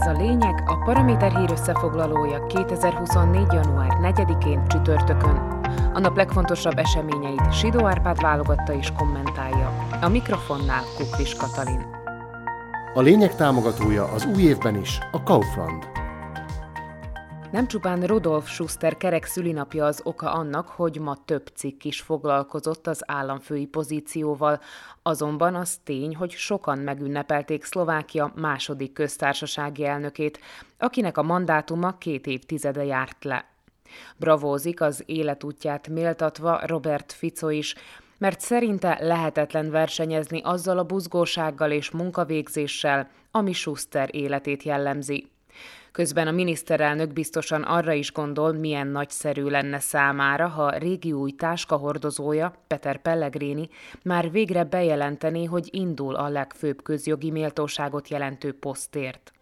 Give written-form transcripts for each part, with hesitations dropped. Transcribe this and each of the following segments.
Ez a lényeg, a Paraméter hír összefoglalója 2024. január 4-én csütörtökön. A nap legfontosabb eseményeit Sidó Árpád válogatta és kommentálja. A mikrofonnál Kuklis Katalin. A lényeg támogatója az új évben is a Kaufland. Nem csupán Rudolf Schuster kerek szülinapja az oka annak, hogy ma több cikk is foglalkozott az államfői pozícióval, azonban az tény, hogy sokan megünnepelték Szlovákia második köztársasági elnökét, akinek a mandátuma 2 évtizede járt le. Bravózik az életútját méltatva Robert Fico is, mert szerinte lehetetlen versenyezni azzal a buzgósággal és munkavégzéssel, ami Schuster életét jellemzi. Közben a miniszterelnök biztosan arra is gondol, milyen nagyszerű lenne számára, ha a régi új táskahordozója, Peter Pellegrini már végre bejelenteni, hogy indul a legfőbb közjogi méltóságot jelentő posztért.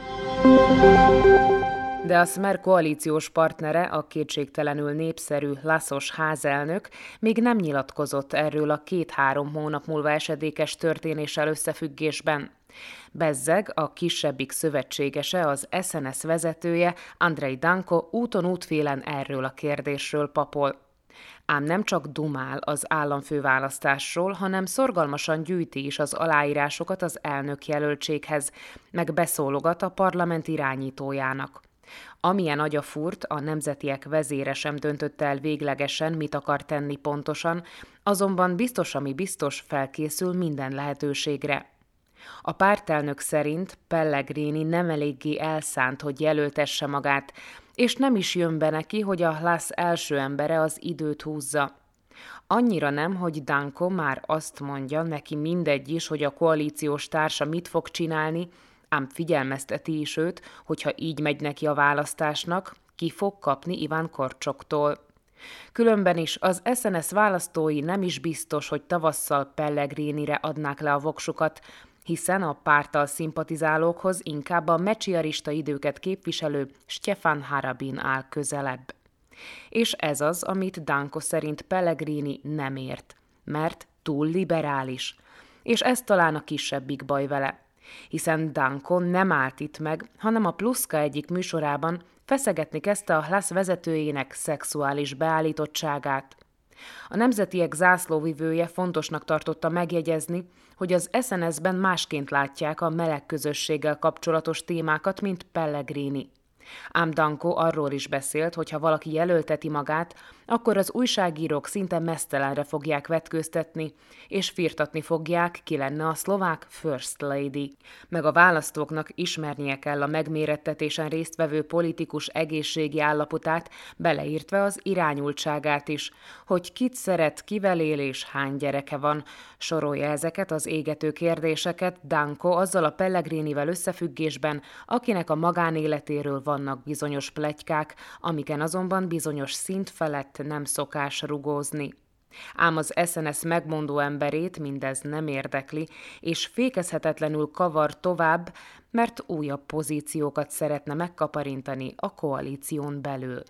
De a Smer koalíciós partnere, a kétségtelenül népszerű Laszos házelnök még nem nyilatkozott erről a 2-3 hónap múlva esedékes történéssel összefüggésben. Bezzeg, a kisebbik szövetségese, az SNS vezetője, Andrei Danko úton útfélen erről a kérdésről papol. Ám nem csak dumál az államfőválasztásról, hanem szorgalmasan gyűjti is az aláírásokat az elnökjelöltséghez, meg beszólogat a parlament irányítójának. Amilyen agyafúrt, a nemzetiek vezére sem döntött el véglegesen, mit akar tenni pontosan, azonban biztos, ami biztos, felkészül minden lehetőségre. A pártelnök szerint Pellegrini nem eléggé elszánt, hogy jelöltesse magát, és nem is jön be neki, hogy a Hlas első embere az időt húzza. Annyira nem, hogy Danko már azt mondja, neki mindegy is, hogy a koalíciós társa mit fog csinálni, ám figyelmezteti is őt, hogyha így megy neki a választásnak, ki fog kapni Iván Korcsoktól. Különben is az SNS választói nem is biztos, hogy tavasszal Pellegrinire adnák le a voksukat, hiszen a párttal szimpatizálókhoz inkább a mecsiarista időket képviselő Stefan Harabin áll közelebb. És ez az, amit Danko szerint Pellegrini nem ért, mert túl liberális. És ez talán a kisebbik baj vele. Hiszen Danko nem állt itt meg, hanem a Pluszka egyik műsorában feszegetni kezdte a Hlas vezetőjének szexuális beállítottságát. A nemzetiek zászlóvivője fontosnak tartotta megjegyezni, hogy az SNS-ben másként látják a meleg közösséggel kapcsolatos témákat, mint Pellegrini. Ám Danko arról is beszélt, hogy ha valaki jelölteti magát, akkor az újságírók szinte meztelenre fogják vetkőztetni, és firtatni fogják, ki lenne a szlovák First Lady. Meg a választóknak ismernie kell a megmérettetésen résztvevő politikus egészségi állapotát, beleértve az irányultságát is, hogy kit szeret, kivel él és hány gyereke van. Sorolja ezeket az égető kérdéseket Danko azzal a Pellegrinivel összefüggésben, akinek a magánéletéről vannak bizonyos pletykák, amiken azonban bizonyos szint felett nem szokás rugózni. Ám az SNS megmondó emberét mindez nem érdekli, és fékezhetetlenül kavar tovább, mert újabb pozíciókat szeretne megkaparintani a koalíción belül.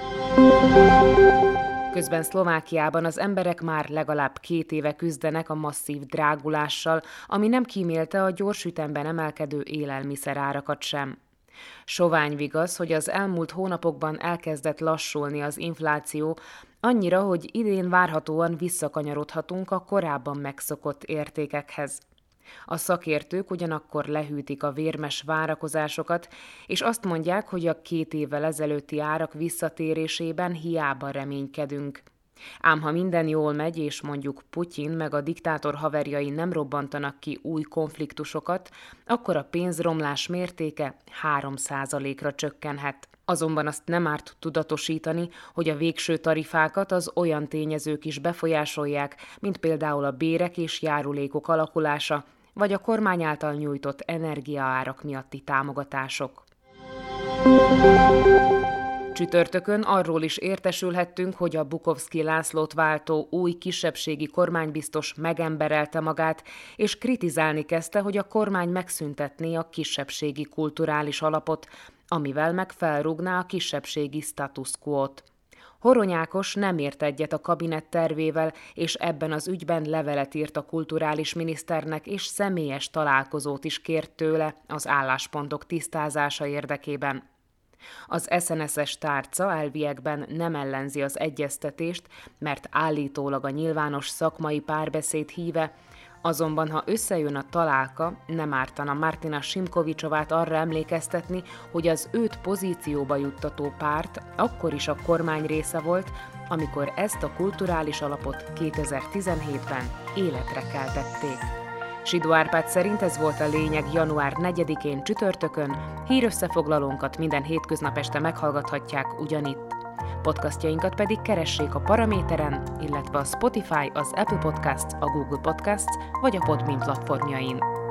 Közben Szlovákiában az emberek már legalább 2 éve küzdenek a masszív drágulással, ami nem kímélte a gyors ütemben emelkedő élelmiszerárakat sem. Sovány vigaz, hogy az elmúlt hónapokban elkezdett lassulni az infláció, annyira, hogy idén várhatóan visszakanyarodhatunk a korábban megszokott értékekhez. A szakértők ugyanakkor lehűtik a vérmes várakozásokat, és azt mondják, hogy a 2 évvel ezelőtti árak visszatérésében hiába reménykedünk. Ám ha minden jól megy, és mondjuk Putyin meg a diktátor haverjai nem robbantanak ki új konfliktusokat, akkor a pénzromlás mértéke 3%-ra csökkenhet. Azonban azt nem árt tudatosítani, hogy a végső tarifákat az olyan tényezők is befolyásolják, mint például a bérek és járulékok alakulása, vagy a kormány által nyújtott energiaárak miatti támogatások. Csütörtökön arról is értesülhettünk, hogy a Bukovszky Lászlót váltó új kisebbségi kormánybiztos megemberelte magát, és kritizálni kezdte, hogy a kormány megszüntetné a kisebbségi kulturális alapot, amivel meg felrúgná a kisebbségi status quót. Horony Ákos nem ért egyet a kabinett tervével, és ebben az ügyben levelet írt a kulturális miniszternek, és személyes találkozót is kért tőle az álláspontok tisztázása érdekében. Az SNS-es tárca elviekben nem ellenzi az egyeztetést, mert állítólag a nyilvános szakmai párbeszéd híve, azonban ha összejön a találka, nem ártana Martina Simkovicsovát arra emlékeztetni, hogy az őt pozícióba juttató párt akkor is a kormány része volt, amikor ezt a kulturális alapot 2017-ben életre keltették. Sidó Árpád szerint ez volt a lényeg január 4-én csütörtökön, hírösszefoglalónkat minden hétköznap este meghallgathatják ugyanitt. Podcastjainkat pedig keressék a Paraméteren, illetve a Spotify, az Apple Podcasts, a Google Podcasts vagy a Podbean platformjain.